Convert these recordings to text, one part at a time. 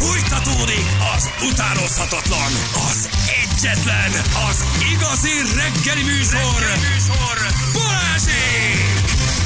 Fújtatódik az utánozhatatlan, az egyetlen, az igazi reggeli műsor, Balázsék!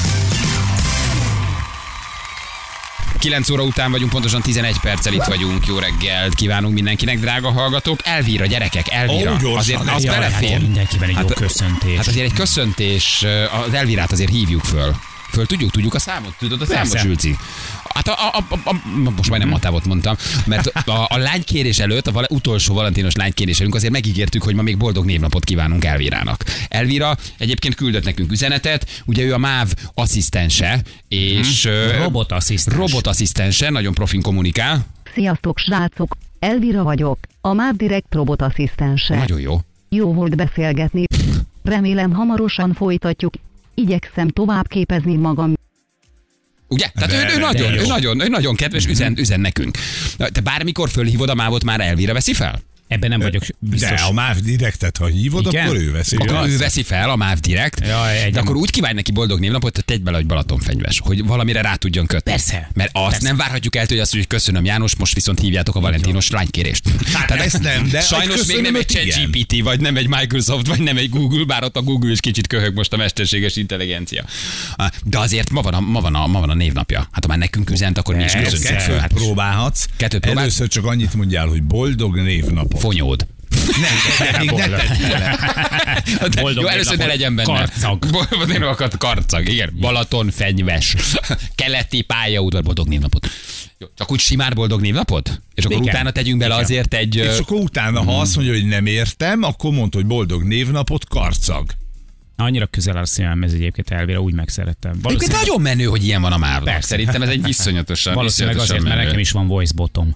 9 óra után vagyunk, pontosan 11 perccel itt vagyunk. Jó reggelt kívánunk mindenkinek, drága hallgatók. Elvira, gyerekek, Elvira. Azért az belefér. Mindenkiben egy jó köszöntés. Hát azért egy köszöntés, az Elvirát azért hívjuk föl. Tudjuk a számot? Tudod a számot, Zsülci? Hát most majdnem Matávot mondtam, mert a lánykérés előtt, a utolsó valentinos lánykérésünk azért megígértük, hogy ma még boldog névnapot kívánunk Elvirának. Elvira egyébként küldött nekünk üzenetet, ugye ő a MÁV asszisztense, és robotasszisztense, nagyon profin kommunikál. Sziasztok, srácok! Elvira vagyok, a MÁV Direkt robotasszisztense. Nagyon jó. Jó volt beszélgetni. Remélem hamarosan folytatjuk. Igyekszem tovább képezni magam. Ugye? Tehát ő nagyon kedves, üzen nekünk. Te bármikor fölhívod a MÁV-ot, már Elvira veszi fel? Ebben nem vagyok biztos. De a MÁV Direktet, ha hívod, igen? Akkor ő veszi. Akkor ő veszi fel a MÁV Direkt, de akkor úgy kívánj neki boldog névnapot, hogy tegy bele, hogy Balatonfenyves, hogy valamire rá tudjon kötni. Persze. Mert azt nem várhatjuk el, hogy azt mondjuk, hogy köszönöm János, most viszont hívjátok a valentinos lánykérést. Tehát ezt nem, de sajnos még nem egy ChatGPT, vagy nem egy Microsoft, vagy nem egy Google, bár ott a Google is kicsit köhög most a mesterséges intelligencia. De azért ma van a névnapja. Hát ha már nekünk üzent, akkor mi is köszönjük. Kettőt próbálhatsz. Először csak annyit mondjál, hogy boldog névnapot. Fonyód. Még ne tedd bele. Jó, először ne legyen benne. Karcag, igen. Balaton, Fenyves. Keleti pályaudvar, boldog névnapot. Jó, csak úgy simán boldog névnapot? És akkor utána tegyünk bele azért egy... És akkor utána, ha azt mondja, hogy nem értem, akkor mondd, hogy boldog névnapot, Karcag. Annyira közel áll a szívemhez egyébként, Elvira, úgy megszerettem. Egyébként nagyon menő, hogy ilyen van a MÁV-nak. Szerintem ez egy viszonyatosan. Valószínűleg azért, mert nekem is van voice bottom.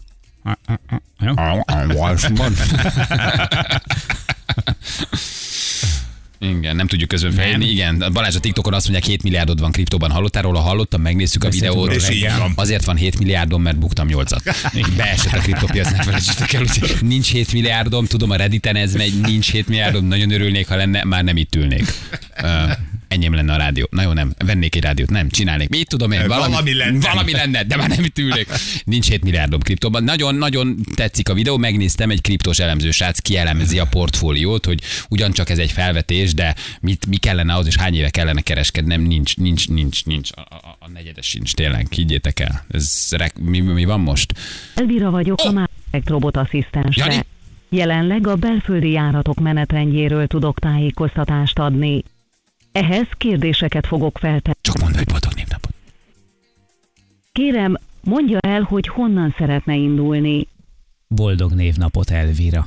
Igen, nem tudjuk közben fejlődni. Igen, Balázs a TikTokon azt mondják, 7 milliárdod van kriptóban. Hallottál róla? Hallottam, megnéztük a videót. Azért van 7 milliárdom, mert buktam 8-at. Beesett a kriptópiac, ne felejtsétek el. Nincs 7 milliárdom, tudom, a Redditen ez megy, nincs 7 milliárdom, nagyon örülnék, ha lenne, már nem itt ülnék. Enyém lenne a rádió. Na jó, nem. Vennék egy rádiót. Nem, csinálnék. Mit tudom én? Valami lenne, de már nem itt ülnék. Nincs 7 milliárdom kriptóban. Nagyon tetszik a videó. Megnéztem, egy kriptós elemző srác kielemzi a portfóliót, hogy ugyancsak ez egy felvetés, de mi kellene ahhoz, és hány éve kellene kereskednem? Nincs. A negyedes sincs, tényleg. Higgyétek el. Mi van most? Elvira vagyok, a MÁV Direkt robotasszisztense. Jelenleg a belföldi járatok menetrendjéről tudok tájékoztatást adni. Ehhez kérdéseket fogok feltenni. Csak mondd, hogy boldog névnapot. Kérem, mondja el, hogy honnan szeretne indulni. Boldog névnapot, Elvira.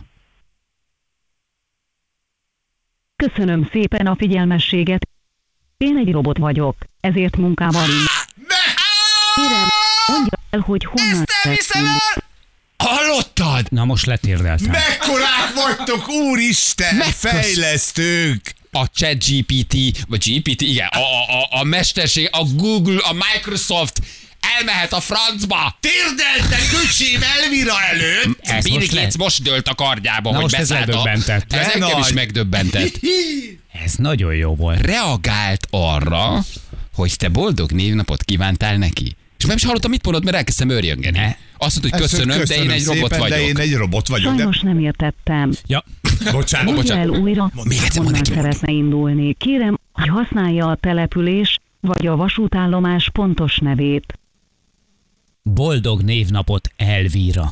Köszönöm szépen a figyelmességet. Én egy robot vagyok, ezért munkával Kérem, mondja el, hogy honnan szeretne indulni. Hallottad? Na most letérdeltem. Mekkorák vagytok, úristen, fejlesztők! A ChatGPT, vagy GPT, igen, a mesterség, a Google, a Microsoft elmehet a francba. Térdeltek, köcsém, Elvira előtt. Bill Gates most dőlt a kardjába, hogy beszállt. Ez engem is megdöbbentett. Ez nagyon jó volt. Reagált arra, hogy te boldog névnapot kívántál neki. És nem is hallottam, mit mondod, mert elkezdtem őrjöngeni. Azt mondta, hogy köszönöm, de én egy robot vagyok. De én egy robot vagyok. Sajnos nem értettem. Ja. Mondja el újra, honnan szeretne indulni. Kérem, hogy használja a település vagy a vasútállomás pontos nevét. Boldog névnapot, Elvira.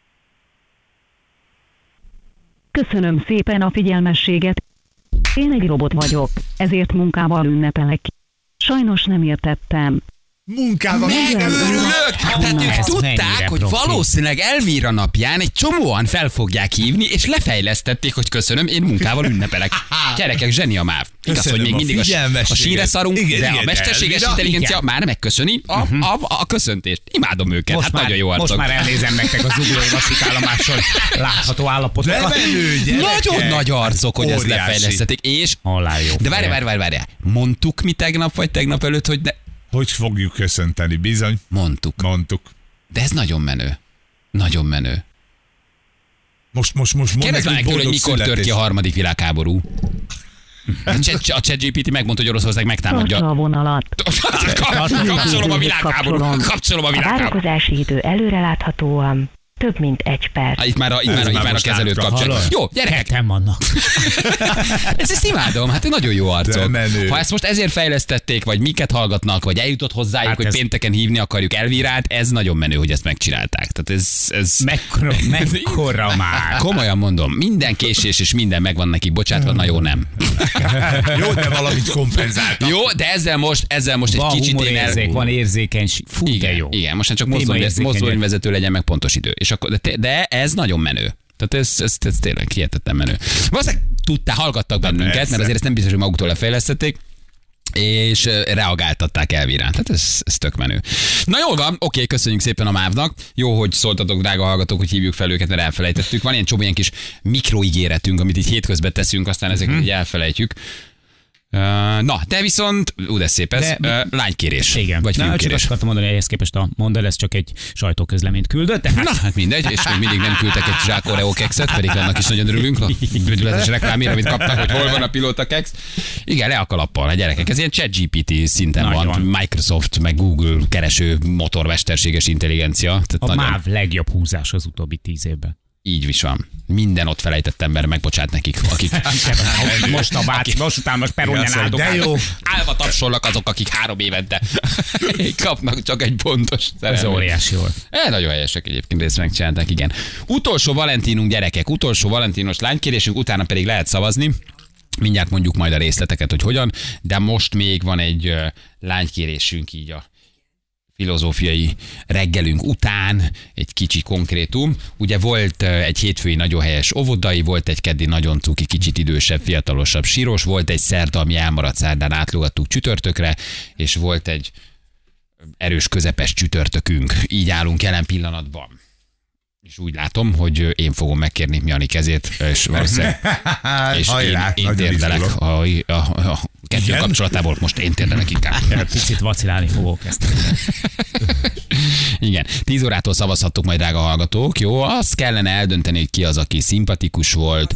Köszönöm szépen a figyelmességet. Én egy robot vagyok, ezért munkával ünnepelek. Sajnos nem értettem. Munkával megörülök! Tehát ők tudták, hogy valószínűleg Elvira napján egy csomóan fel fogják hívni, és lefejlesztették, hogy köszönöm, én munkával ünnepelek. Gyerekek, zseni a MÁV. Igaz, hogy még mindig a sínre szarunk, de a mesterséges intelligencia már megköszöni a köszöntést. Imádom őket, most hát már, nagyon jó arcok. Most már elnézem nektek a zuglói vasútállomáson látható állapotokat. Nagyon nagy arcok, hogy ezt lefejlesztették. És... De várjál. Mondtuk mi tegnap vagy tegnap előtt, hogy hogy fogjuk köszönteni, bizony. Mondtuk. De ez nagyon menő. Nagyon menő. Most kérdezd meg tőle, hogy mikor tör ki a harmadik világháború. A ChatGPT megmondta, hogy Oroszország megtámadja. Tartsa a vonalat. Kapcsolom a világháború. A várakozási idő előreláthatóan Több mint 1 perc. Itt már a kezelőt kapcsolat. Jó, gyerekek. Ketten vannak. Ezt imádom, hát nagyon jó arcok. Ha ezt most ezért fejlesztették, vagy miket hallgatnak, vagy eljutott hozzájuk, hát hogy pénteken hívni akarjuk Elvirát, ez nagyon menő, hogy ezt megcsinálták. Tehát ez... Mekkora már. Komolyan mondom, minden késés és minden megvan neki bocsátva, na jó, nem. Jó, de valamit kompenzáltak. Jó, de ezzel most egy kicsit van érzékenység. Fú, igen, de jó. Igen, most csak mozdonyvezető legyen, meg pontos idő. És akkor, de ez nagyon menő. Tehát ez tényleg hihetetlen menő. Valószínűleg hallgattak bennünket, mert azért ezt nem biztos, hogy maguktól lefejlesztették, és reagáltatták Elvirán. Tehát ez tök menő. Na jól van, oké, köszönjük szépen a MÁV-nak. Jó, hogy szóltatok, drága hallgatók, hogy hívjuk fel őket, mert elfelejtettük. Van ilyen kis mikroígéretünk, amit így hétközben teszünk, aztán ezeket így elfelejtjük. Na, de viszont, de szép ez, lánykérés. Igen. Vagy fiúkérés. Csak azt akartam mondani, hogy ehhez képest a Mondel ez csak egy sajtóközleményt küldött. Tehát... Na, hát mindegy, és még mindig nem küldtek egy zsák Oreo kekszet, pedig annak is nagyon örülünk. A bődületes reklámért, amit kaptak, hogy hol van a pilóta keksz. Igen, le a kalappal a gyerekek. Ez ilyen ChatGPT szinten nagyon van. Microsoft, meg Google kereső motormesterséges intelligencia. Tehát a MÁV legjobb húzás az utóbbi 10 évben. Így is van. Minden ott felejtett ember megbocsát nekik, akik... most utána most Peronján áldogálnak. Állva tapsolnak azok, akik 3 évente kapnak csak egy pontos szerelmet. Ez óriási volt. Nagyon helyesek egyébként, ezt megcsinálták, igen. Utolsó Valentinunk, gyerekek, utolsó valentinos lánykérésünk, utána pedig lehet szavazni. Mindjárt mondjuk majd a részleteket, hogy hogyan, de most még van egy lánykérésünk így a filozófiai reggelünk után, egy kicsi konkrétum. Ugye volt egy hétfői nagyon helyes óvodai, volt egy keddi nagyon cuki, kicsit idősebb, fiatalosabb síros, volt egy szerda, ami elmaradt, szerdán átlogattuk csütörtökre, és volt egy erős közepes csütörtökünk. Így állunk jelen pillanatban. És úgy látom, hogy én fogom megkérni Jani kezét, és valószínűleg és én térdelek a kettő kapcsolatából, most én térdelek inkább. Picit vacilálni fogok ezt. Igen, 10 órától szavazhattok majd, drága hallgatók, jó? Azt kellene eldönteni, hogy ki az, aki szimpatikus volt,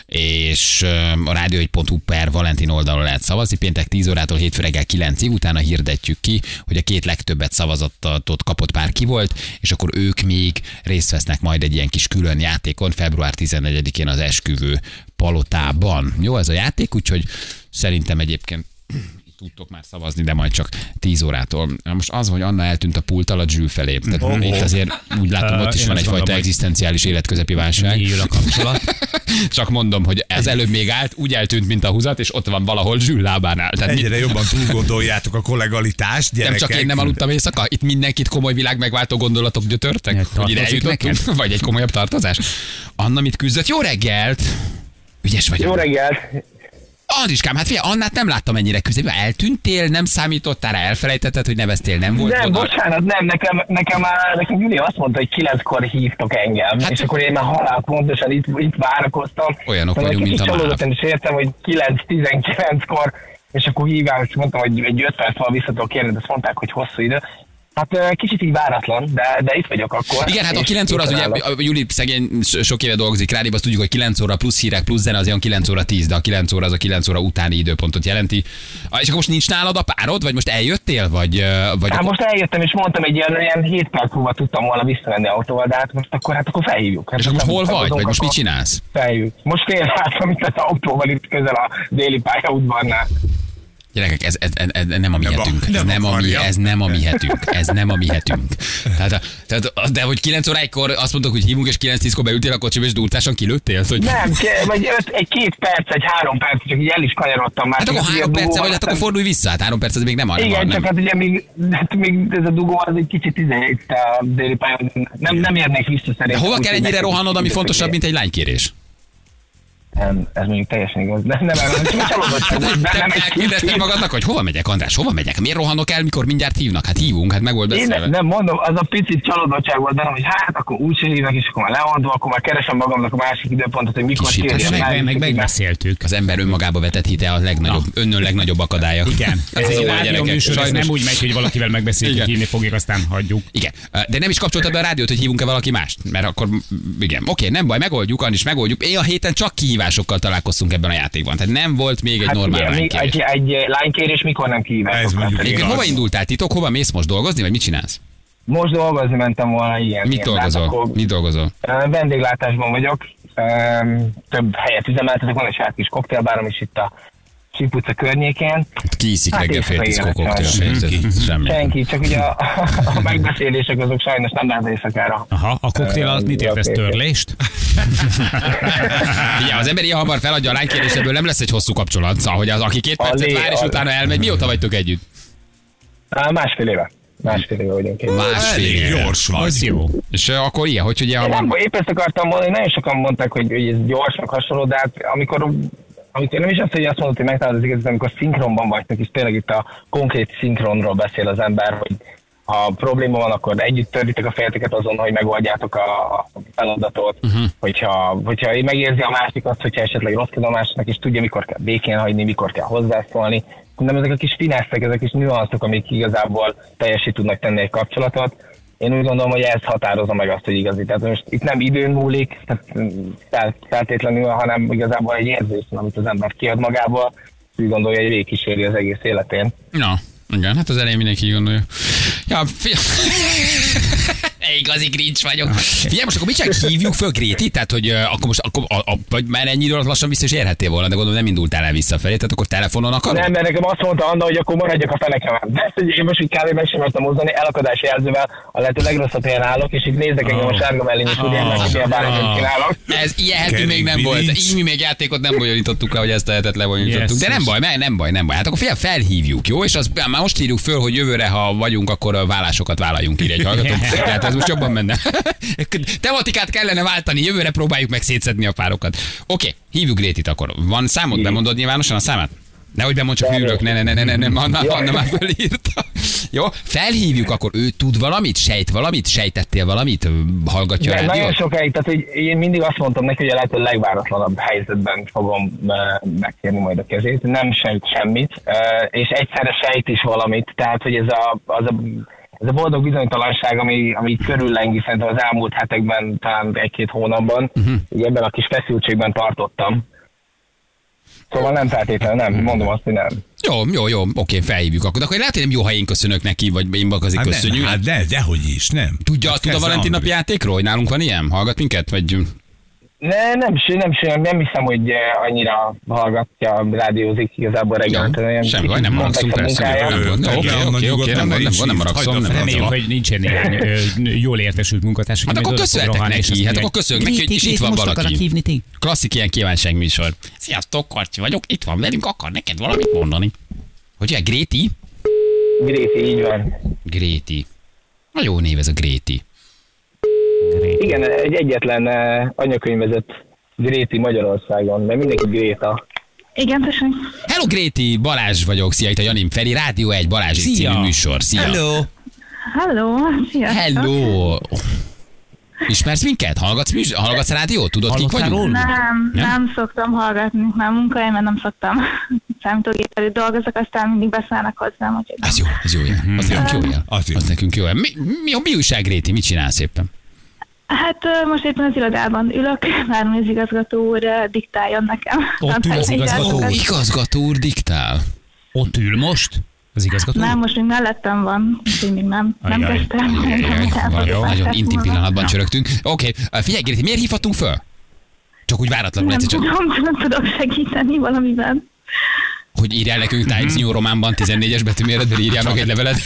és a rádió1.hu/Valentin oldalon lehet szavazni, péntek 10 órától hétfő reggel 9-ig, utána hirdetjük ki, hogy a 2 legtöbbet szavazatot kapott pár ki volt, és akkor ők még részt vesznek majd egy ilyen kis külön játékon, február 14-én az Esküvő palotában. Jó ez a játék, úgyhogy szerintem egyébként tudtok már szavazni, de majd csak 10 órától. Most az, hogy Anna eltűnt a pult alatt Zsül felé. Tehát itt azért úgy látom, ott is van egyfajta egzisztenciális életközepi válság. Mélyül a kapcsolat. Csak mondom, hogy ez előbb még állt, úgy eltűnt, mint a húzat, és ott van valahol Zsül lábánál. Tehát egyre jobban túlgondoljátok a kollegalitást, gyerekek. Nem csak én nem aludtam éjszaka? Itt mindenkit komoly világmegváltó gondolatok gyötörtek? Hogy ide eljutottunk? Vagy egy komolyabb tartozás? Anna mit küzdött? Jó reggelt! Ügyes vagyok. Jó reggelt! Andriskám, hát figyelj, Annát nem láttam ennyire küzdeni. Eltűntél, nem számítottál rá, elfelejtetted, hogy neveztél, nem volt? Nem, bocsánat, nem, nekem Júli azt mondta, hogy 9-kor hívtok engem, hát, és akkor én már halál pontosan itt várakoztam. Olyanok vagyunk, mint a MÁV. Csalódottan is értem, hogy 9-19-kor, és akkor hívám, és mondtam, hogy egy 5 perc van vissza tudok kérni, de azt mondták, hogy hosszú idő. Hát kicsit így váratlan, de itt vagyok akkor. Igen, hát a 9 óra az ugye, Júli szegény sok éve dolgozik rádióban, azt tudjuk, hogy 9 óra plusz hírek, plusz zene, az olyan 9 óra 10, de a 9 óra az a 9 óra utáni időpontot jelenti. És akkor most nincs nálad a párod, vagy most eljöttél, vagy hát akkor... most eljöttem, és mondtam, egy ilyen 7 perc múlva tudtam volna visszamenni autóval, de hát most akkor felhívjuk. Hát és akkor hol vagy, vagy most mit csinálsz? Felhívjuk. Most félreálltam itt az autóval itt közel a déli pályaudvarnál. Gyerekek, ez nem a mi hetünk. Ez nem a mi hetünk. Ez nem a mi hetünk. Tehát, de hogy 9 óráikor azt mondtuk, hogy hívunk, és 9-10-kor beültél a kocsiba, és durtásan kilőttél? Hogy... Nem, vagy egy 2 perc, egy 3 perc, csak így el is kanyarodtam már. Hát akkor 3 perc, vagy hát akkor fordulj vissza, hát 3 perc az még nem arra. Igen, csak hát ugye még ez a dugó az egy kicsit itt a déli pályon. Nem érnék vissza szerintem. De hova kell ennyire rohanod, ami fontosabb, mint egy lánykérés? Ez mondjuk teljesen igaz. Nem kérdezted magadnak, hogy hova megyek, András, hova megyek? Miért rohanok el, mikor mindjárt hívnak? Hát hívunk, hát meg volt beszélve. Nem mondom, az a picit csalódottság volt bennem, hogy hát akkor úgyse hívnak, és akkor már lemondva, akkor már keresem magamnak a másik időpontot, hogy mikor kérjem. Megbeszéltük. Az ember önmagába vetett hite a legnagyobb akadálya. Igen. Ez egy rádióműsor, ez nem úgy megy, hogy valakivel megbeszéljük, hívni fogjuk, aztán hagyjuk. Igen. De nem is kapcsoltad be a rádiót, hogy hívunk-e valaki mást, mert akkor igen. Oké, nem baj, megoldjuk, Annis, megoldjuk. Én a héten csak kihívásokkal találkoztunk ebben a játékban. Tehát nem volt még egy normál lánykérés. Egy lánykérés mikor nem kihívás? Hova indultál, titok? Hova mész most dolgozni, vagy mit csinálsz? Most dolgozni mentem volna, ilyen. Mit dolgozol? Mit dolgozol? Vendéglátásban vagyok. Több helyet üzemeltetek, van egy saját kis koktélbárom is itt a Síp utca környékén. Ki iszik reggel fél 10 koktélt? Senki, csak ugye a megbeszélések azok sajnos nem lehet éjszakára. Aha, a koktél alatt mit értesz, törlést? Igen, az ember ilyen hamar feladja a lánykérést, ebből nem lesz egy hosszú kapcsolat. Szóval, hogy az, aki 2 percet vár, és utána elmegy. Mióta vagytok együtt? Másfél éve vagyunk együtt. Másfél éve. Gyors vagy. Az jó. És akkor ilyen, hogy ugye... Épp ezt akartam mondani, nagyon sokan mondták, hogy ez gyors, meg hasonló, de hát amikor nem is azt, hogy azt mondod, hogy megtalálod az igazat, amikor szinkronban vagytok, és tényleg itt a konkrét szinkronról beszél az ember, hogy ha probléma van, akkor együtt törlitek a fejeteket azon, hogy megoldjátok a feladatot, hogyha megérzi a másik azt, hogyha esetleg rossz a másiknak, és tudja, mikor kell békén hagyni, mikor kell hozzászólni. Nem ezek a kis fineszek, ezek a kis nüanszok, amik igazából teljesen tudnak tenni egy kapcsolatot. Én úgy gondolom, hogy ez határozza meg azt, hogy igazi. Tehát most itt nem időn múlik, tehát feltétlenül, hanem igazából egy érzés, amit az ember kiad magából, úgy gondolja, hogy végigkíséri az egész életén. Na, igen, hát az elején mindenki így gondolja. Ja, igazi grincs vagyok. Figyelj, most akkor mit csak hívjuk föl Grétit? Tehát, hogy akkor most, vagy már ennyi időt lassan vissza is érhettél volna, de gondolom nem indultál el visszafelé, tehát akkor telefonon akarod? Nem, mert nekem azt mondta Anna, hogy akkor maradjak a fenekemen. De én most így kb. Meg sem mertem mozdani, elakadási jelzővel a lehető legrosszabb helyen állok, és itt néznek engem a sárga mellén, és úgy érnek, hogy milyen bármit csinálok. Ez ilyenhető még nem volt. Így mi még játékot nem bonyolítottuk le, hogy ezt lehetett lebonyolítottuk. De nem baj. Hát akkor felhívjuk, jó? És az már most írjuk föl, hogy jövőre, ha vagyunk, akkor vállásokat vállaljunk, írja egy hallgató. Tehát ez most jobban menne. Tematikát kellene váltani, jövőre próbáljuk meg szétszedni a párokat. Oké, hívjuk Grétit akkor. Van számod? Bemondod nyilvánosan a számát? Nehogy bemond, csak hűlök. Ne, Anna már fölírta. Jó, felhívjuk, akkor ő tud valamit? Sejt valamit? Sejtettél valamit? Hallgatja a rádiót? Nagyon sokáig, tehát hogy én mindig azt mondtam neki, hogy a lehető legváratlanabb helyzetben fogom megkérni majd a kezét. Nem sejt semmit, és egyszerre sejt is valamit. Tehát, hogy ez a boldog bizonytalanság, ami körüllengi szerintem az elmúlt hetekben, talán 1-2 hónapban, így ebben a kis feszültségben tartottam. Szóval nem feltétlenül, nem. Mondom azt, hogy nem. Jó, oké, felhívjuk akkor. De akkor lehet, hogy nem jó, ha én köszönök neki, vagy én azért köszönjük. Hát dehogy is, nem. Tudja a Valentin napi játékról, hogy nálunk van ilyen? Hallgat minket? Vagy... Nem hiszem, hogy annyira hallgatja, rádiózik igazából reggel. Semmi baj, nem haragszunk, persze. Oké, nem haragszom. Reméljük, hogy nincsen néhány jól értesült munkatárs. Hát akkor köszönhetek neki, hogy is itt van valaki. Klasszik ilyen kívánság műsor. Sziasztok, Karcsi vagyok, itt van velünk, akar neked valamit mondani. Hogy Gréti? Gréti, így van. Gréti. Na jó név ez a Gréti. Igen, egy egyetlen anyakönyvezett Gréti Magyarországon, mert mindenki Gréta. Igen, tessék. Hello Gréti, Balázs vagyok, szia, itt a Janim Feri, Rádió 1 Balázs című műsor, szia. Hello, szia. Hello. Ismersz minket? Hallgatsz rádiót? Tudod, kik vagyunk? Nem szoktam hallgatni, már munkahelyemen nem szoktam. Számítógép előtt dolgozok, aztán mindig beszélnek hozzám. Ez jó jel. Az nekünk jó jel. Mi újság, Gréti? Mit csinálsz éppen? Hát most éppen az irodában ülök, várom, hogy az igazgató úr diktáljon nekem. Ott ül az igazgató úr? Igazgató úr diktál? Ott ül most? Az igazgató? Nem, most még mellettem van, úgyhogy még nem kezdtem. Nagyon intim pillanatban csörögtünk. Oké, figyelj Gréti, miért hívhatunk föl? Csak úgy váratlanul egyszer csak. Nem tudok segíteni valamiben. Hogy írjál nekünk Times New Romanban 14-es betűméretben írjának egy levelet.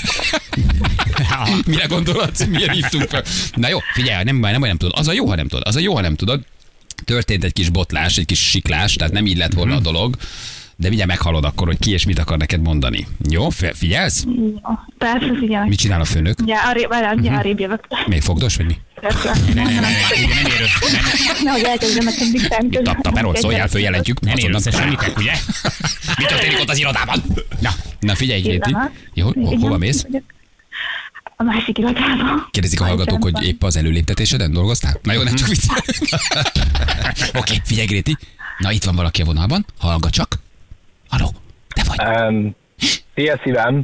Mire gondolod? Miért hívtunk fel? Na jó, figyelj, nem tudod. Az a jó, ha nem tudod. Történt egy kis botlás, egy kis siklás, tehát nem így lett volna a dolog. De mindjárt meghallod akkor, hogy ki és mit akar neked mondani. Jó? Figyelsz? Jó, persze figyelek. Mit csinál a főnök? Arrébb jövök. Még fogdos, vagy mi? Nem érő. Nehogy elkezdjem nekem diktálni. Taperol, szóljál, följelentjük. Nem érő semmit, ugye? Mi történik ott az irodában? Na figyelj, Gréti. Jó, hova mész? A másik irodában. Kérdezik a hallgatók, hogy épp az előléptetéseden dolgoztál? Na jó, nem csak viccelek. Oké, figyelj, Gréti. Na itt van valaki a vonalban. Hallgat csak. Halló, te vagy. Szia szívem.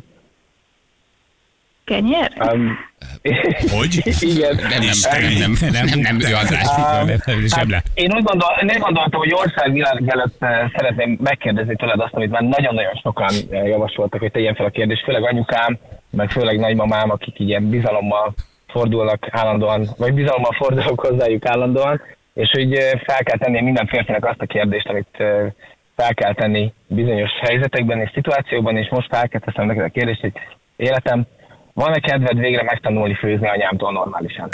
Kenyér? Hogy? Igen. Nem, ő András. Én úgy gondoltam, hogy országvilág előtt szeretném megkérdezni tőled azt, amit már nagyon-nagyon sokan javasoltak, hogy tegyen fel a kérdést, főleg anyukám, meg főleg nagymamám, akik ilyen bizalommal fordulnak állandóan, vagy bizalommal fordulok hozzájuk állandóan, és hogy fel kell tenni minden férfinak azt a kérdést, amit fel kell tenni bizonyos helyzetekben és szituációkban, és most fel kell teszem neked a kérdést, hogy életem, van-e kedved végre megtanulni főzni anyámtól normálisan?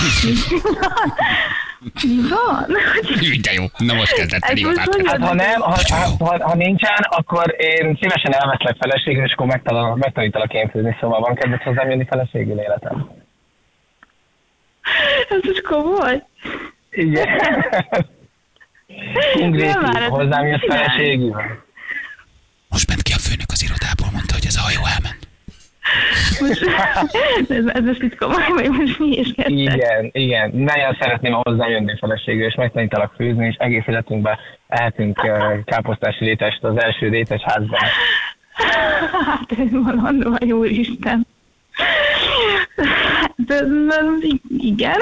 Mi van? De jó, na most kezdett el igazán. Hát ha nem, ha nincsen, akkor én szívesen elveszlek feleségül, és akkor megtanítalak én főzni, szóval van kedved hozzám jönni feleségül életem? Ez is komoly. Igen. Konkrétan hozzám jössz feleségül. Most ment ki a főnök az irodából, mondta, hogy ez a hajó elment. Ez most itt komoly, vagy most mi is kezdte? Igen. Nagyon szeretném hozzám jönni feleségül, és megtanítalak főzni, és egész életünkben ehetünk káposztási rétest az első rétes házban. Hát ez valandó, vagy úristen. Igen.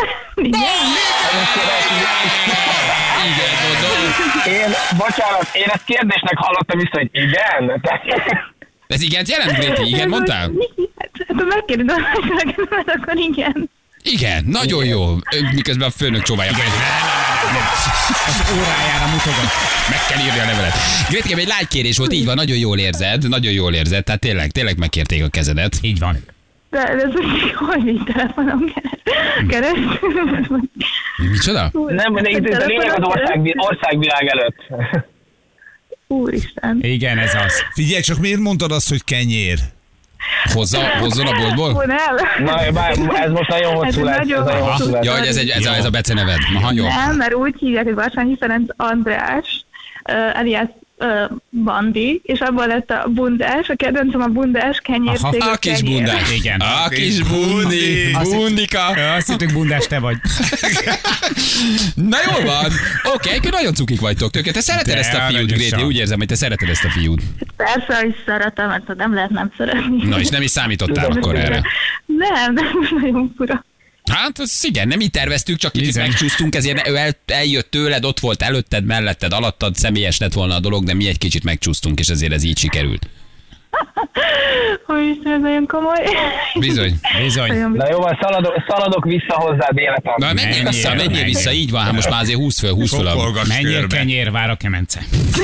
Bocsánat, én ezt kérdésnek hallottam vissza, hogy igen? Ez igent jelent, Gréti? Igen, mondtál? Hát megkérdezem, mert akkor igen. Igen, nagyon jó. Miközben a főnök csóválja. Az órájára mutogat. Meg kell írni a levelet. Grétikém, egy lágykérés volt, így van, nagyon jól érzed, tehát tényleg megkérték a kezedet. Így van. De ez hogy így telefonon keresztül? Micsoda? Nem, de itt a lényeg az országvilág előtt. Úristen. Igen, ez az. Figyelj, csak miért mondtad azt, hogy kenyér? Hozzon a boltból? Na, ez most nagyon hosszú lesz. Ja, hogy ez a beceneved. Aha, jó. Nem, mert úgy hívják, hogy Barsányi Ferenc András, alias Bandi, és abban lett a bundás, a kedvencem a bundás kenyércég. A kis bundás. Igen. A kis bundi. Bundika. Azt hittük, bundás te vagy. Na jól van. Oké, nagyon cukik vagytok. Te szereted ezt a fiút, Gréti? Úgy érzem, hogy te szereted ezt a fiút. Persze, hogy szeretem, mert nem lehet nem szeretni. Na, és nem is számítottál akkor erre. Nem, nagyon fura. Hát, az igen, nem így terveztük, csak kicsit megcsúsztunk, ezért ő eljött tőled, ott volt előtted, melletted, alattad, személyes lett volna a dolog, de mi egy kicsit megcsúsztunk, és ezért ez így sikerült. Hogy ez nagyon komoly. Bizony. Na jó, van, szaladok vissza hozzád életem. Na, menjél vissza, így van, hát most már azért húsz föl. Menjél kenyér, vár a kemence.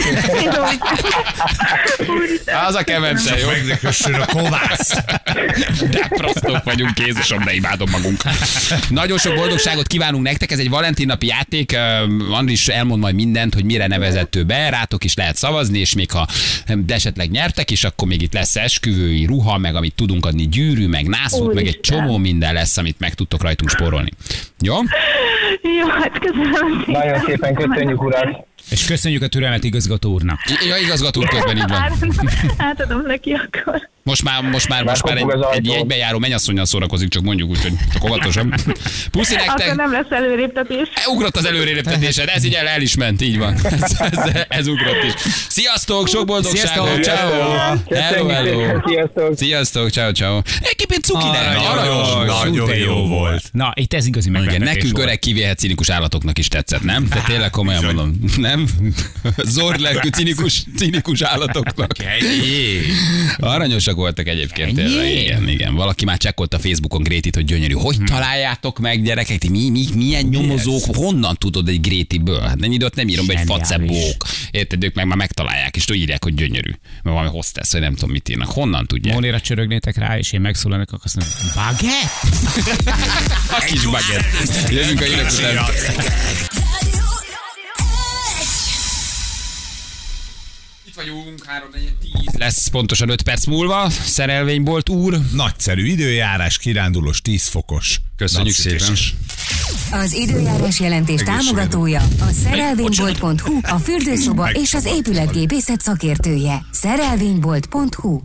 Az a kemence, jó? Megkössön a kovász. De prostók vagyunk, Jézusom, de imádom magunk. Nagyon sok boldogságot kívánunk nektek, ez egy Valentin napi játék, Andris elmond majd mindent, hogy mire nevezett ő be, rátok is lehet szavazni, és még ha esetleg nyertek is, akkor még itt lesz esküvői ruha, meg amit tudunk adni, gyűrű, meg nászút, meg egy csomó minden lesz, amit meg tudtok rajtunk spórolni. Jó? Jó, hát köszönöm. Nagyon szépen köszönjük, urak. És köszönjük a türelmet igazgató úrnak. Ja, igazgató úr közben így van. Átadom neki akkor. Most már egy egybejáró mennyasszonnyal szórakozik, csak mondjuk úgy, hogy csak óvatosan. Puszi nektek. Akkor nem lesz előréptetés. Ugrott az előréléptetésed, ez így el is ment, így van. Ez ugrott is. Sziasztok, sok boldogságot, ciao. Hello. Sziasztok, ciao. Egyébként cuki, de nagyon jó volt. Na, itt ez igazi meglepetés. Nekünk öreg kivéhet cinikus állatoknak is tetszett, nem? De tényleg komolyan mondom, nem? Zordlelkű cinikus állatoknak. Aranyosak voltak egyébként. Igen. Valaki már csekkolt a Facebookon Grétit, hogy gyönyörű. Hogy találjátok meg, gyerekek? Milyen nyomozók? Honnan tudod egy Grétiből? Hát nem időt nem írom be, egy facebók. Érted, ők meg már megtalálják, és írják, hogy gyönyörű. Mert valami hostess, vagy nem tudom mit írnak. Honnan tudják? Mónéra csörögnétek rá, és én megszólalnak, akkor azt mondom, baguette? A kis baguette. Jövünk a hírek után. Vagyunk, 3-4-10 lesz pontosan 5 perc múlva. Szerelvénybolt úr. Nagyszerű időjárás, kirándulós 10 fokos. Köszönjük szépen. Az időjárás jelentés támogatója a szerelvénybolt.hu, a fürdőszoba és az épületgépészet szakértője. Szerelvénybolt.hu.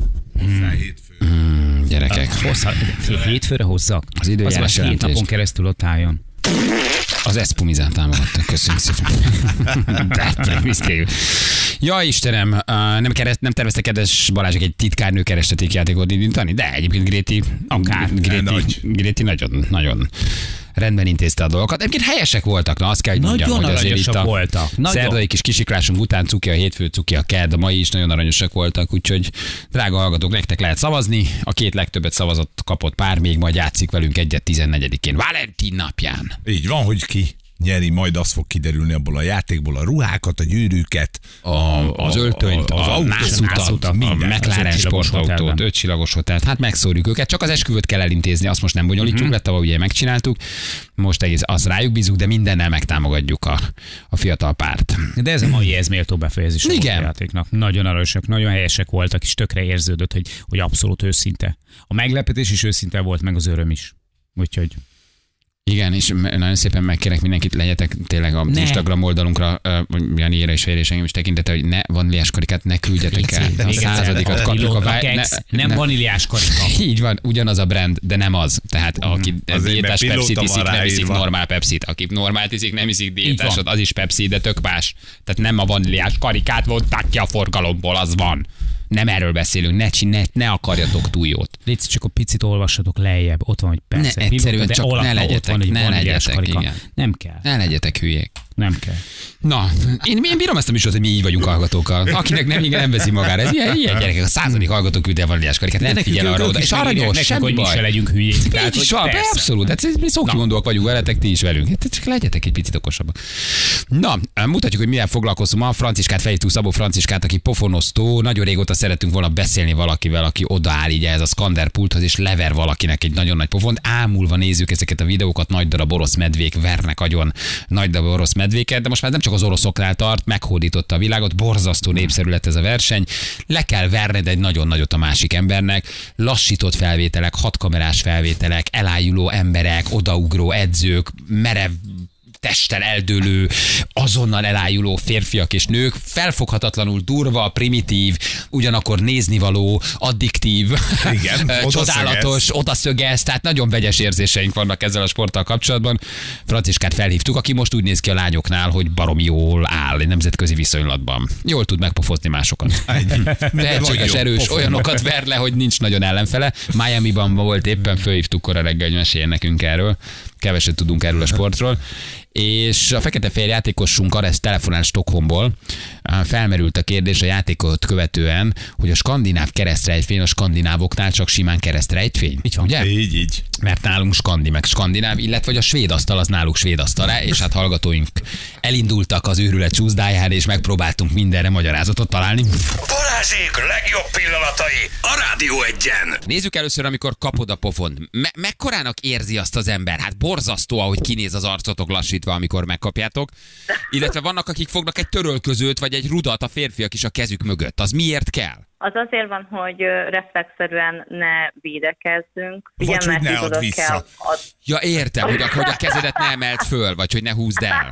Gyerekek. Hétfőre hozzak? Az időjárás jelentést. 7 napon keresztül ott álljon. Az Espumizán támogattak, köszönjük szépen. Ja, Istenem, nem terveztek kedves Balázsik egy titkárnő keresteték játékot indítani? De egyébként Gréti nagyon rendben intézte a dolgokat. Egyébként helyesek voltak, na azt kell, hogy mondjam, nagyon hogy azért itt a voltak. szerdai kis kisiklásunk után cuki a hétfő, cuki a kedd, a mai is nagyon aranyosak voltak, úgyhogy drága hallgatók, nektek lehet szavazni, a 2 legtöbbet szavazott kapott pár, még majd játszik velünk egyet 14-én, Valentin napján. Így van, hogy ki nyeri, majd az fog kiderülni abból a játékból, a ruhákat, a gyűrűket, az öltönyt, a nászutat, a McLaren sportautót, 5 csillagos hotelt, hát megszórjuk őket, csak az esküvőt kell elintézni, azt most nem bonyolítjuk, lett, ahol ugye megcsináltuk, most egész azt rájuk bízunk, de mindennel megtámogatjuk a fiatal párt. De ez a mai méltó befejezés a játéknak. Nagyon aranyosak, nagyon helyesek voltak, és tökre érződött, hogy abszolút őszinte. A meglepetés is őszinte volt, meg az öröm is. Úgyhogy... Igen, és nagyon szépen megkérek mindenkit, legyetek tényleg a Instagram oldalunkra, Janiére és Férés engem is tekintete, hogy ne vaníliás karikát ne küldjetek el. A 100. kapjuk a nem vaníliás karika. Így van, ugyanaz a brand, de nem az. Tehát aki diétás Pepsit iszik, nem iszik normál Pepsit. Aki normált iszik, nem iszik diétásot, az is Pepsi, de tök más. Tehát nem a vaníliás karikát vonták ki a forgalomból, az van. Nem erről beszélünk, ne akarjatok túl jót. Légy csak a picit olvassatok lejjebb, ott van, hogy persze. Egyszerűen csak ne legyetek, igen. Nem kell. Ne legyetek hülyék. Nem kell. Na, én bírom ezt a műsort, hogy mi így vagyunk hallgatókkal. Akinek nem veszi magára. Ez ilyen gyerekek, a 100. hallgató küld el vaníliás karikát. Nem figyel arra oda. És aranyos, semmi baj. Hogy se legyünk hülyék. Így is van, abszolút. Mi szókimondóak vagyunk veletek, ti is velünk. Csak legyetek egy picit okosabbak. Na, mutatjuk, hogy mivel foglalkozunk ma. Franciskát felhívtuk, Szabó Franciskát, aki pofonosztó. Nagyon régóta szeretünk volna beszélni valakivel, aki odaáll így ez a skanderpulthoz, és lever valakinek egy nagyon nagy pofont. Ámulva nézzük ezeket a videókat, nagy darab orosz medvék vernek agyon nagy darab orosz medvéket, de most már nem csak az oroszoknál tart, meghódította a világot, borzasztó népszerű lett ez a verseny. Le kell verned egy nagyon nagyot a másik embernek, lassított felvételek, 6 kamerás felvételek, elájuló emberek, odaugró edzők, merev testen eldőlő, azonnal elájuló férfiak és nők, felfoghatatlanul durva, primitív, ugyanakkor néznivaló, addiktív, igen, csodálatos, odaszögez, tehát nagyon vegyes érzéseink vannak ezzel a sporttal kapcsolatban. Franciskát felhívtuk, aki most úgy néz ki a lányoknál, hogy baromi jól áll egy nemzetközi viszonylatban. Jól tud megpofozni másokat. Tehetséges, erős, olyanokat ver le, hogy nincs nagyon ellenfele. Miamiban volt éppen, fölhívtuk kora reggel, hogy meséljen nekünk erről. Keveset tudunk erről a sportról. És a fekete-fehér játékosunk Aresz telefonál Stockholmból. Felmerült a kérdés a játékot követően, hogy a skandináv keresztrejtvény a skandinávoknál csak simán keresztrejtvény. Így van, ugye? Így. Mert nálunk skandi, meg skandináv, illetve a svéd asztal az náluk svéd asztalra, és hát hallgatóink elindultak az őrület csúszdájára, és megpróbáltunk mindenre magyarázatot találni. Balázsék legjobb pillanatai a Rádió 1-en. Nézzük először, amikor kapod a pofont. Mekkorának érzi azt az ember? Hát borzasztó, ahogy kinéz az arcotok lassítva, amikor megkapjátok. Illetve vannak, akik fognak egy törölközőt, vagy egy rudat a férfiak is a kezük mögött. Az miért kell? Az azért van, hogy reflexzerűen ne védekezzünk. Vagy ugye, hogy ne add vissza. Ja, értem, hogy a kezedet ne emelt föl, vagy hogy ne húzd el.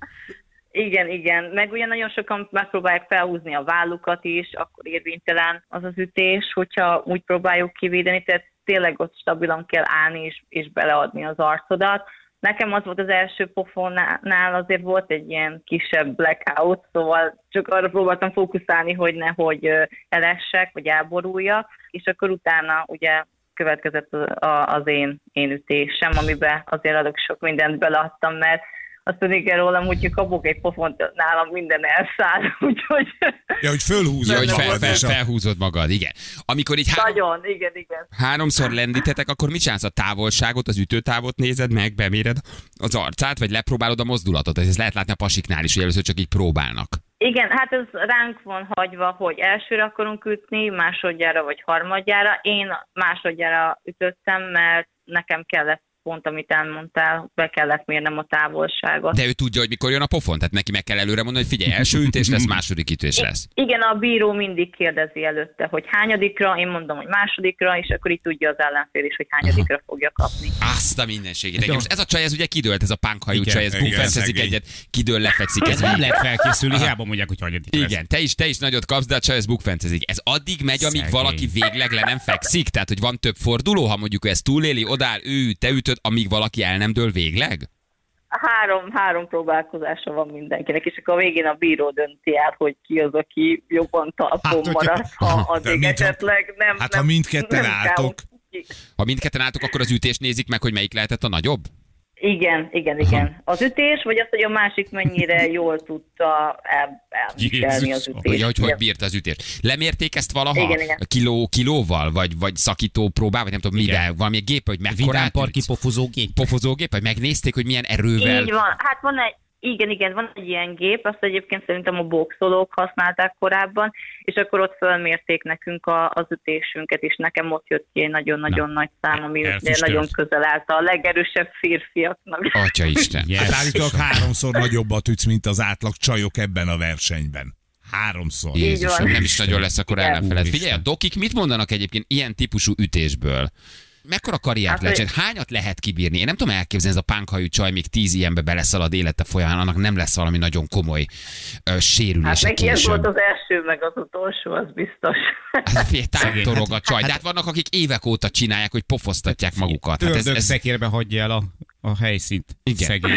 Igen. Meg ugye nagyon sokan megpróbálják felhúzni a vállukat is, akkor érvénytelen az az ütés, hogyha úgy próbáljuk kivédeni, tehát tényleg ott stabilan kell állni és beleadni az arcodat. Nekem az volt az első pofonnál, azért volt egy ilyen kisebb blackout, szóval csak arra próbáltam fókuszálni, hogy nehogy elessek, vagy elboruljak, és akkor utána ugye következett az én ütésem, amiben azért elég sok mindent beleadtam, mert azt tudni kell rólam, hogy kapok egy pofont, nálam minden elszáll, úgyhogy... Ja, hogy fölhúzod magad. Felhúzod magad, igen. Amikor így nagyon, igen. 3-szor lendítetek, akkor mit csinálsz? A távolságot, az ütőtávot nézed meg, beméred az arcát, vagy lepróbálod a mozdulatot? Ezt lehet látni a pasiknál is, hogy először csak így próbálnak. Igen, hát ez ránk van hagyva, hogy elsőre akarunk ütni, másodjára vagy harmadjára. Én másodjára ütöttem, mert nekem kellett pont, amit elmondtál, be kellett mérnem a távolságot. De ő tudja, hogy mikor jön a pofon? Tehát neki meg kell előre mondani, hogy figyelj, első ütés lesz, második ütés lesz. Igen, a bíró mindig kérdezi előtte, hogy hányadikra, én mondom, hogy másodikra, és akkor így tudja az ellenfél is, hogy hányadikra fogja kapni. Azt a mindenségét. Ez a csaj, ez ugye kidőlt, ez a pánkhajú csaj, ez bukfencezik egyet, kidől, lefekszik. Ez nem lehet felkészülni, hiába mondják, hogy hanyadik lesz. Igen, te is nagyot kapsz, de a csaj, ez bukfencezik. Ez addig megy, amíg valaki végleg le nem fekszik? Tehát, hogy van több forduló, ha mondjuk ez túléli, odáll, te ütöd, amíg valaki el nem dől végleg? Három próbálkozása van mindenkinek, és akkor a végén a bíró dönti el, hogy ki az, aki jobban talpon marad, ha addig esetleg nem. Hát ha mindketten álltok. Ha mindketten álltok, akkor az ütést nézik meg, hogy melyik lehetett a nagyobb? Igen. Az ütés, vagy az, hogy a másik mennyire jól tudta elviselni az ütést. Hogy bírta az ütést. Lemérték ezt valaha? Igen. Kilóval? Vagy szakító próbál? Vagy nem tudom mivel? Valami gép, hogy mekkorát? Vidámparki pofozógép. Pofozógép? Vagy megnézték, hogy milyen erővel? Így van. Hát van egy van egy ilyen gép, azt egyébként szerintem a boxolók használták korábban, és akkor ott fölmérték nekünk az ütésünket, és nekem ott jött ki egy nagyon-nagyon nagy szám, ami nagyon közel állt a legerősebb férfiaknak. Atyaisten. Hát állítólag 3-szor nagyobbat ütsz, mint az átlag csajok ebben a versenyben. 3-szor. Jézusom, nem is nagyon lesz akkor ellenfeled. Figyelj, a dokik mit mondanak egyébként ilyen típusú ütésből? Mekkora karriert lehet, hányat lehet kibírni? Én nem tudom elképzelni, ez a pánkhajú csaj még 10 ilyenbe beleszalad élete folyamán, annak nem lesz valami nagyon komoly sérülése. Hát neki ez volt az első, meg az utolsó, az biztos. Tágtorog a csaj. De hát vannak, akik évek óta csinálják, hogy pofoztatják magukat. Hát ez szekérbe hagyja el a helyszínt. Igen. Szegény.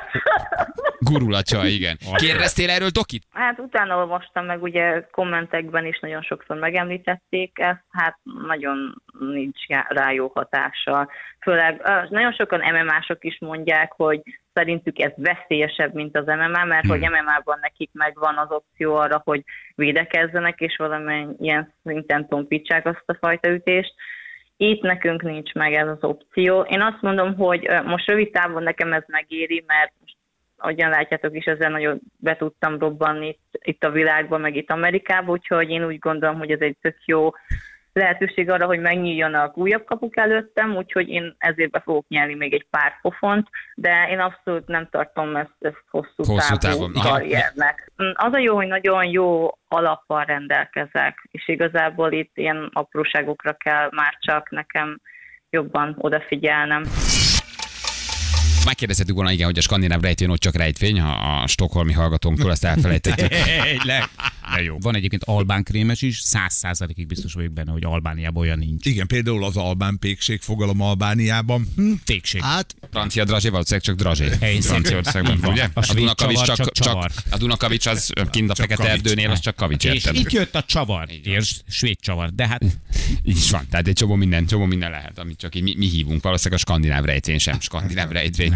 Gurul a csaj, igen. Kérdeztél erről dokit? Hát utána olvastam meg, ugye kommentekben is nagyon sokszor megemlítették ezt, hát nagyon nincs rá jó hatással. Főleg nagyon sokan MMA-sok is mondják, hogy szerintük ez veszélyesebb, mint az MMA, mert hogy MMA-ban nekik megvan az opció arra, hogy védekezzenek, és valamilyen szinten tompítsák azt a fajta ütést. Itt nekünk nincs meg ez az opció. Én azt mondom, hogy most rövid távon nekem ez megéri, mert ahogyan látjátok is, ezzel nagyon be tudtam robbanni itt a világban, meg itt Amerikában, úgyhogy én úgy gondolom, hogy ez egy tök jó lehetőség arra, hogy megnyíljanak újabb kapuk előttem, úgyhogy én ezért be fogok nyelni még egy pár pofont, de én abszolút nem tartom ezt hosszú távú karriernek. Az a jó, hogy nagyon jó alappal rendelkezek, és igazából itt ilyen apróságokra kell már csak nekem jobban odafigyelnem. Megkérdezhetük volna, igen, hogy a skandináv rejtvén ott csak rejtvény, a stockholmi hallgatónktól ezt elfelejtettük. De jó. Van egyébként albán krémes is, 100%-ig biztos vagyok benne, hogy Albániában olyan nincs. Igen, például az albán pékség fogalom Albániában. Pékség. Hát, francia drazsé, valószínűleg csak drazsé. Franciaországban, ugye? A svéd csavar csak csavar. A Dunakavics az kint a Fekete Erdőnél, az csak kavics, érted? És itt jött a csavar, és svéd csavar, de hát... Így is van, tehát egy csomó minden lehet, amit csak így mi hívunk, valószínűleg a skandináv rejtvény sem, skandináv rejtvény.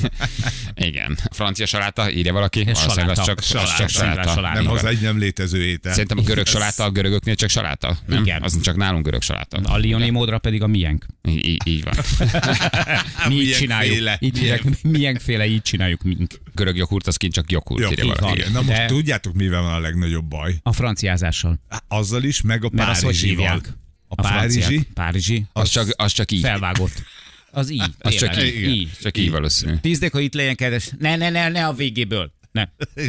Igen. A francia saláta, írja valaki? Saláta. Az csak saláta. Nem, az egy nem létező étel. Szerintem a görög saláta, a görögöknél csak saláta. Nem? Igen. Az csak nálunk görög saláta. A Lioni módra pedig a miénk. Így van. Mi így csináljuk. Miénkféle így csináljuk mink. Görög joghurt, az kint csak joghurt, írja valaki. Na most tudjátok, mivel van a legnagyobb baj? A franciázással. Azzal is, meg a párizsival. A párizsi. Az csak így. Felvágott. Az így. Az csak így. Csak így valószínű. Tízdek, hogy itt legyen kedves. Ne a végéből. Ne.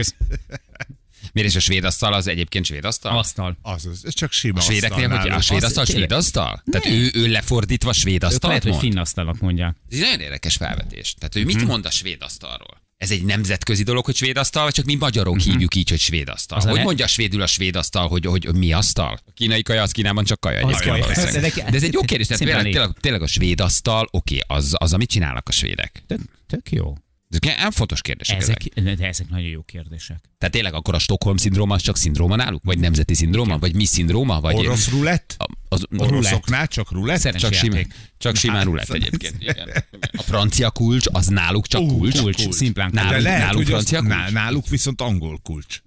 Miért is a svéd asztal az egyébként svéd asztal? Asztal. Az csak sima a svédeknél, hogy a svéd asztal svéd asztal? Tehát ő lefordítva svéd asztalt lehet, mond? hogy finn asztalnak mondják. Ez egy nagyon érdekes felvetés. Tehát ő mit mond a svéd asztalról? Ez egy nemzetközi dolog, hogy svéd asztal, vagy csak mi magyarok hívjuk így, hogy svéd asztal? Hogy mondja svédül a svéd asztal, hogy mi asztal? A kínai kaja, az Kínában csak kaja egyébként. De ez egy jó kérdés, tehát tényleg a svéd asztal, oké, az, amit csinálnak a svédek. Tök jó. Ezek fontos kérdések. Ezek nagyon jó kérdések. Tehát tényleg akkor a Stockholm-szindróma az csak szindróma náluk? Vagy nemzeti szindróma? Igen. Vagy mi szindróma? Vagy orosz rulett? Oroszoknál csak rulett? Csak simán rulett egyébként. Igen. A francia kulcs, az náluk csak kulcs. Szimplán náluk francia kulcs. Náluk viszont angol kulcs.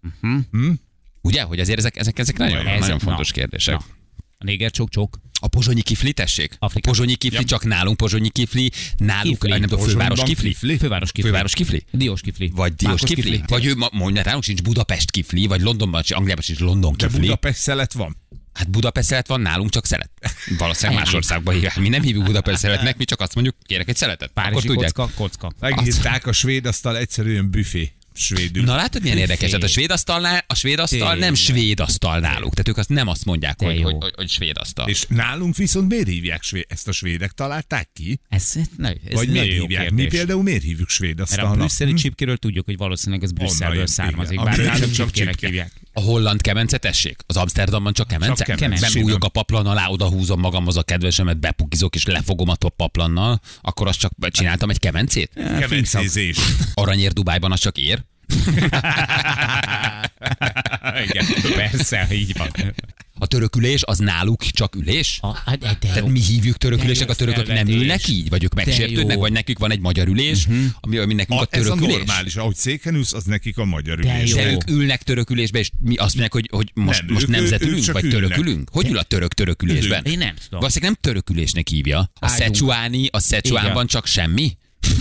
Ugye, hogy azért ezek nagyon fontos kérdések. A néger csok. A pozsonyi kifli, tessék? A pozsonyi kifli, csak nálunk pozsonyi kifli, náluk, nem tudom, főváros kifli? Főváros kifli? Diós kifli. Vagy Diós kifli? Vagy ő mondja, nálunk sincs Budapest kifli, vagy Londonban, Angliában sincs London kifli. De Budapest szelet van? Hát Budapest szelet van, nálunk csak szelet. Valószínűleg más országban hívják. Mi nem hívjuk Budapest szeletnek, mi csak azt mondjuk, kérek egy szeletet. Párizsi kocka. Megírták, a svéd asztal egyszerűen büfé. Svédül. Na látod, milyen érdekes? Tehát a svéd asztal nem svéd asztal náluk. Tehát ők azt nem azt mondják, hogy svéd asztal. És nálunk viszont miért hívják ezt a svédek találták ki? Ez vagy miért hívják? Mi például miért hívjuk svéd asztalnak? A brüsszeli csipkéről tudjuk, hogy valószínűleg ez Brüsszelből származik. Bár nálunk csipkének hívják. A holland kemence, tessék? Az Amsterdamban csak kemence? Bebújok a paplan alá, odahúzom magamhoz a kedvesemet, bepukizok és lefogom a paplannal, akkor azt csak csináltam egy kemencét? Kemencézés. Aranyér Dubájban az csak ér? Igen, persze, így van. törökülés az náluk csak ülés? Tehát mi hívjuk törökülésnek, a törökök nem ülnek így? Vagy ők megsértődnek, vagy nekik van egy magyar ülés, ami nekünk a törökülés? Ez a normális, ahogy széken ülsz, az nekik a magyar ülés. De ők ülnek törökülésbe, és mi azt mondják, hogy most nemzetülünk, vagy törökülünk? Hogy ül a törökülésben? Én nem tudom. Valószínűleg nem törökülésnek hívja. A Szecsuánban csak semmi?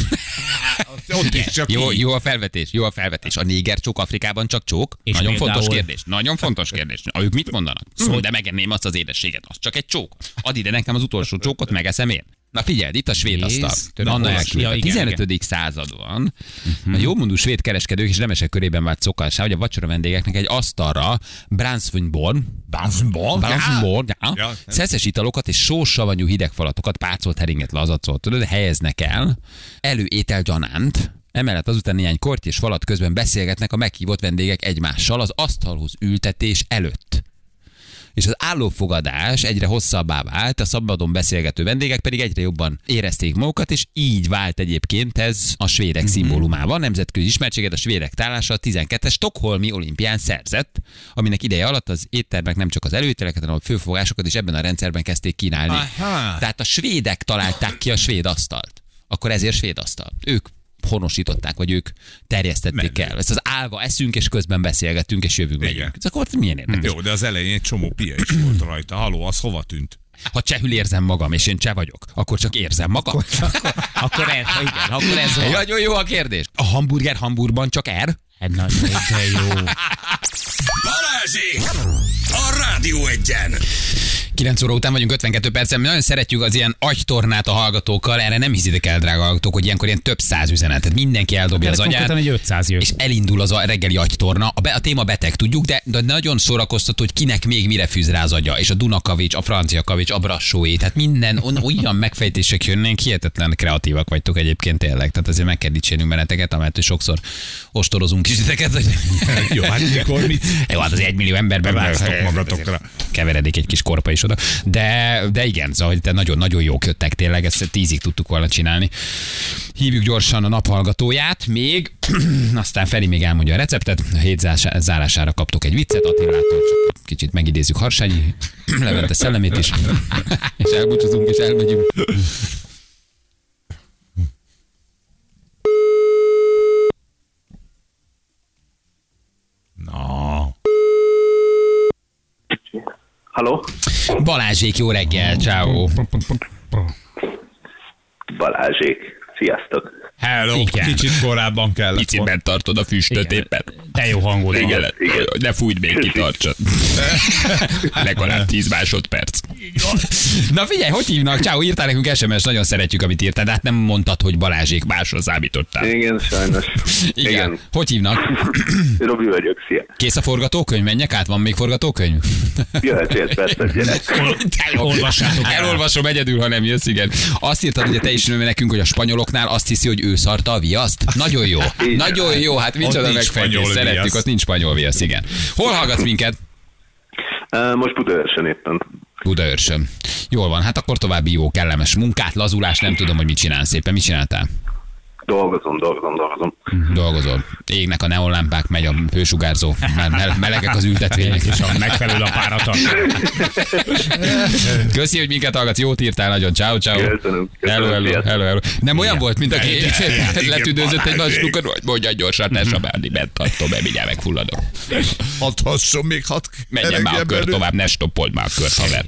Jó a felvetés. A négercsók Afrikában csak csók? És nagyon fontos kérdés. Ők mit mondanak? De megenném azt az édességet, az csak egy csók. Add ide nekem az utolsó csókot, megeszem én. Na figyeld, itt a svéd asztal. A 15. században a jómondú svéd kereskedők és nemesek körében vált szokássá, hogy a vacsora vendégeknek egy asztalra Bransfundborn, szeszes italokat és sósavanyú hidegfalatokat, pácolt heringet, lazacot, tudod, helyeznek el, előétel gyanánt. Emellett azután néhány korty és falat közben beszélgetnek a meghívott vendégek egymással az asztalhoz ültetés előtt. És az állófogadás egyre hosszabbá vált, a szabadon beszélgető vendégek pedig egyre jobban érezték magukat, és így vált egyébként ez a svédek szimbólumában. Nemzetközi ismertséget a svédek tálása a 12-es Stockholmi olimpián szerzett, aminek ideje alatt az éttermek nem csak az előételeket, hanem a főfogásokat is ebben a rendszerben kezdték kínálni. Aha. Tehát a svédek találták ki a svéd asztalt. Akkor ezért svéd asztal. Ők honosították, vagy ők terjesztették el. Ezt az állva eszünk, és közben beszélgetünk, és jövünk megyünk. Ez akkor milyen érdekes. Jó, de az elején egy csomó pia is volt rajta. Haló, az hova tűnt? Ha csehül érzem magam, és én cseh vagyok, akkor csak érzem magam. Akkor ez van. Nagyon jó a kérdés. A hamburger Hamburgban csak R? Hát nagyon jó. Balázsék! A Rádió Egyen! 9 óra után vagyunk, 52 percen. Mi nagyon szeretjük az ilyen agytornát a hallgatókkal. Erre nem hiszitek el, drága hallgatók, hogy ilyenkor ilyen több száz üzenetet. Mindenki eldobja az agyát. Egy 500 jön. És elindul az a reggeli agytorna. A téma beteg, tudjuk, de nagyon szórakoztató, hogy kinek még mire fűz rá az agya. És a Dunakavics, a francia kavics, a brassóé. Tehát minden olyan megfejtések jönnek, hihetetlen kreatívak vagytok egyébként tényleg. Tehát azért meg kell dicsérnünk benneteket, amelyet hogy sokszor ostorozunk is titeket. Jó, hát mikor mit? Jó, hát az 1 millió emberben választok magatokra. Keveredik egy kis korpa is oda. De igen, szóval nagyon-nagyon jók jöttek tényleg, ezt 10-ig tudtuk volna csinálni. Hívjuk gyorsan a naphallgatóját, még, aztán Feri még elmondja a receptet, a hét zárására kaptok egy viccet, Attilától csak kicsit megidézzük Harsányi Levente szellemét is, és elbúcsúzunk, és elmegyünk. Na. Halló? Balázsék, jó reggel, ciao. Balázsék, sziasztok. Hello, igen. Kicsit korábban kellett. Piciben tartod a füstöt éppen. De jó hangod. Igen. Ne fújt még ki, tartsad. Legalább 10 másodperc. Na figyelj, hogy hívnak? Ciao, írtál nekünk SMS, nagyon szeretjük, amit írtál, de hát nem mondtad, hogy Balázsék, másra számítottál. Igen, sajnos. Igen. Hogy hívnak? Robi vagyok, szia. Kész a forgatókönyv? Menjek át, van még forgatókönyv? Jöhetsz, persze, gyerek. Elolvasom egyedül, ha nem jössz, igen. Azt írtad ugye te is nekünk, hogy a spanyoloknál azt hiszi, hogy ő szarta a viaszt. Nagyon jó. Nagyon jó, hát micsoda megfejtés. Szeretjük, ott nincs spanyol viasz, igen. Hol hallgatsz minket? Most Budaörsön éppen. Budaörsön. Jól van, hát akkor további jó, kellemes munkát, lazulás, nem tudom, hogy mit csinálsz éppen. Mit csináltál? Dolgozom. Dolgozol. Égnek a neonlámpák, megy a hősugárzó, melegek az ültetvények, és a megfelelő a páratat. Köszi, hogy minket hallgatsz, jót írtál nagyon. Ciao. Hello. Nem olyan volt, mint aki letüdőzött egy nagy snukor, hogy mondja gyorsan, ne sabálni, bent tartom, mert mindjárt megfulladok. Hasson még menjen már a kör tovább, ne stoppold már a kört, haver.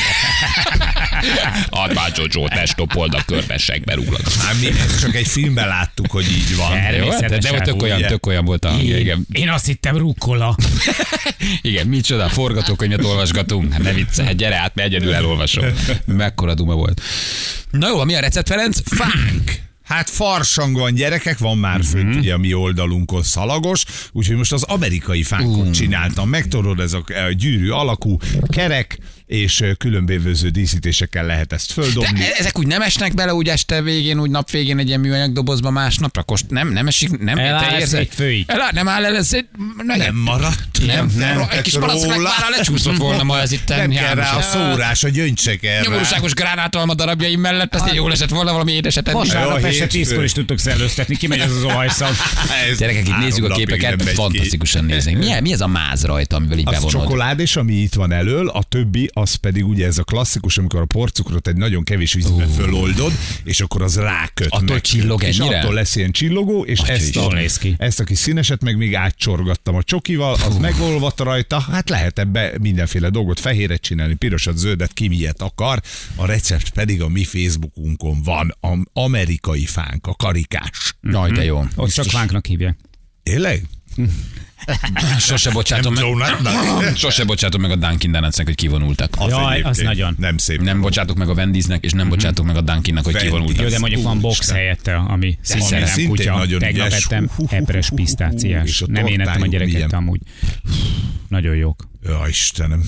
Add már Jojo-t, ne stoppold a körbesekbe rúglak. Hát mi csak egy filmben láttuk, hogy így van. De tök olyan volt a hangja, igen. Én azt hittem rukkola. Igen, micsoda, forgatókönyvet olvasgatunk. Ne viccelj, gyere át, mert egyedül elolvasom. Mekkora duma volt. Na jó, mi a recept, Ferenc? Fánk! Hát farsang van, gyerekek, van már fönt ugye a mi oldalunkon szalagos, úgyhogy most az amerikai fánkot csináltam. Megtudod, ez a gyűrű alakú, kerek, és különböző díszítésekkel lehet ezt földobni. De ezek úgy nem esnek bele, úgy este végén, úgy nap végén egy ilyen műanyag dobozba másnapra? Nem esik, nem? Te érzed? Nem áll el, ez nem maradt. Nem. Egy kis malacknak már lecsúszott volna ma ez itt. Nem kell rá a szórás, a gyöngycsekerre. Nyomorúságos gránátalma darabjaim mellett, azt jól esett volna valami édeset enni. Vasárnap este 10-kor is tudtok szellőztetni, kimegy az olajszal. Gyerekek, itt nézzük a képeket, fantasztikusan néznek. Mi ez a máz rajta, amivel így bevonod? Az csokolád, és ami itt van elől, a többi, az pedig ugye ez a klasszikus, amikor a porcukrot egy nagyon kevés vízbe föloldod, és akkor az ráköt. Attól csillog és ennyire? attól lesz ilyen csillogó, és ezt a kis színeset meg még átcsorgattam a csokival, az megolvadt rajta, hát lehet ebbe mindenféle dolgot, fehéret csinálni, pirosat, zöldet, ki milyet akar, a recept pedig a mi Facebookunkon van, amerikai fánk, a karikás. Jaj, de jó. Ott csak fánknak hívják. Tényleg? Sose bocsátom meg a Dunkin Donutsnak, hogy kivonultak. Jaj, az nagyon. Nem szép. Nem bocsátok meg a Wendysnek, és nem bocsátok meg a Dunkinnak, hogy kivonultak. Jó, de mondjuk van box helyette, ami szintén kutya. Tegnap ettem epres pisztáciás. Nem én ettem a gyereket amúgy. Nagyon jók. Ja, Istenem.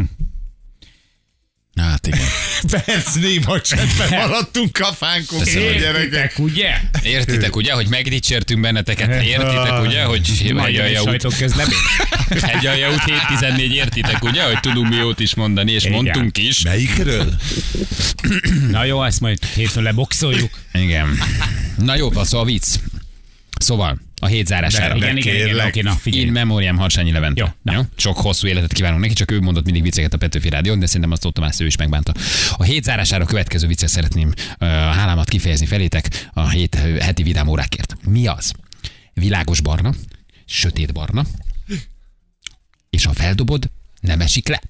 Hát igen. Perc néma csendben maradtunk a fánkok. Értitek, ugye? Értitek, ugye, hogy megdicsértünk benneteket? Értitek, ugye, hogy egy aljaút 7-14, értitek, ugye, hogy tudunk mi jót is mondani, és igen. Mondtunk is. Melyikről? Na jó, ezt majd hétfőn leboxoljuk. Igen. Na jó, szóval vicc. Szóval a hét zárására. Igen, oké, na figyelj. In memoriam Harsányi Levente. Jó. Sok hosszú életet kívánunk neki, csak ő mondott mindig vicceket a Petőfi Rádión, de szerintem azt Tóth Tamás ő is megbánta. A hét zárására a következő viccet szeretném hálámat kifejezni felétek a heti vidám órákért. Mi az? Világos barna, sötét barna, és ha feldobod, nem esik le.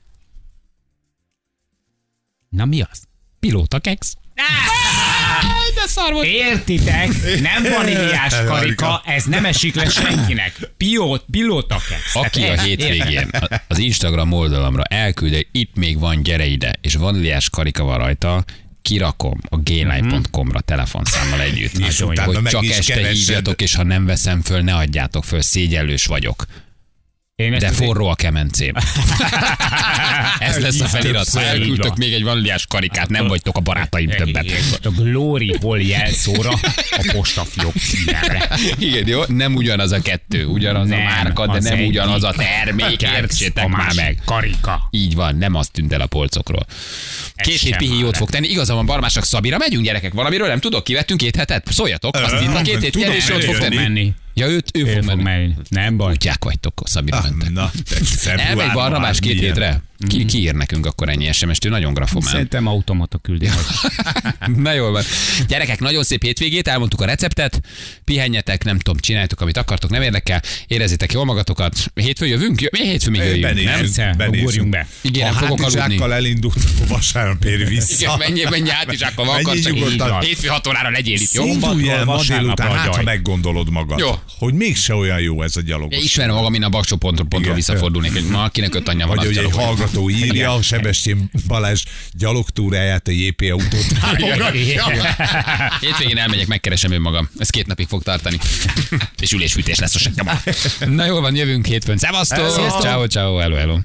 Na mi az? Pilótakeksz. De szar volt. Értitek? Nem vaníliás karika, ez nem esik le senkinek. Pilótakeksz. Aki a hétvégén az Instagram oldalamra elkülde, itt még van, gyere ide, és vaníliás karika van rajta, kirakom a gaylife.com-ra telefonszámmal együtt. És hogy csak este hívjatok, és ha nem veszem föl, ne adjátok föl, szégyellős vagyok. De forró a kemencém. Ez lesz a felirat. Ha elküldtök még egy vaníliás karikát, nem vagytok a barátaim többet. A Glory hol jelszóra a postafiók címerre. Igen, jó? Nem ugyanaz a kettő, ugyanaz a márka, de nem ugyanaz a termék. Értsétek már meg. Karika. Így van, nem azt tűnt el a polcokról. 2 hét pihi jót fog tenni. Igazam van Barmásnak, Szabira megyünk, gyerekek, valamiről nem tudok, kivettünk 2 hetet? Szóljatok, azt itt a 2 hét pihen és jót fog tenni. Ja, ő fog menni. Nem baj. Kutyák vagytok, Szabira mentek. Na, elmegy Barnabás 2 hétre? Ki ír nekünk akkor ennyi SMS-t? Ő nagyon grafomán. Szerintem automata küldi. Na jól van. Gyerekek, nagyon szép hétvégét, elmondtuk a receptet. Pihenjetek, nem tudom, csináljátok, amit akartok, nem érdekel. Érezzétek jól magatokat. Hétfőn jövünk? Mi hétfőn még jöjjünk? Ugorjunk be. Igen, nem fogok aludni. Ha elindult, akkor vasárnap ér vissza. Igen, menj hátizsákkal, van akarsz, csak hétfő 6 órára legyél itt, jó? Szindulj el ma délután, hát ha meggondolod magad. Jó. Hogy mégse olyan jó ez a gyalogos. Ismerem magam, én a Baksó pontról visszafordulnék, hogy ma kinek 5 anyja van. Vagy hogy egy hallgató írja, a Sebestyén Balázs gyalogtúráját a JP autót támogatja. Hétvégén elmegyek, megkeresem önmagam. Ez 2 napig fog tartani. És ülésfűtés lesz a seggem. Na jól van, jövünk hétfőn. Szevasztok! Ciao, hello.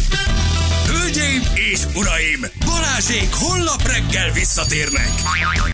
Hölgyeim és uraim, Balázsék holnap reggel visszatérnek.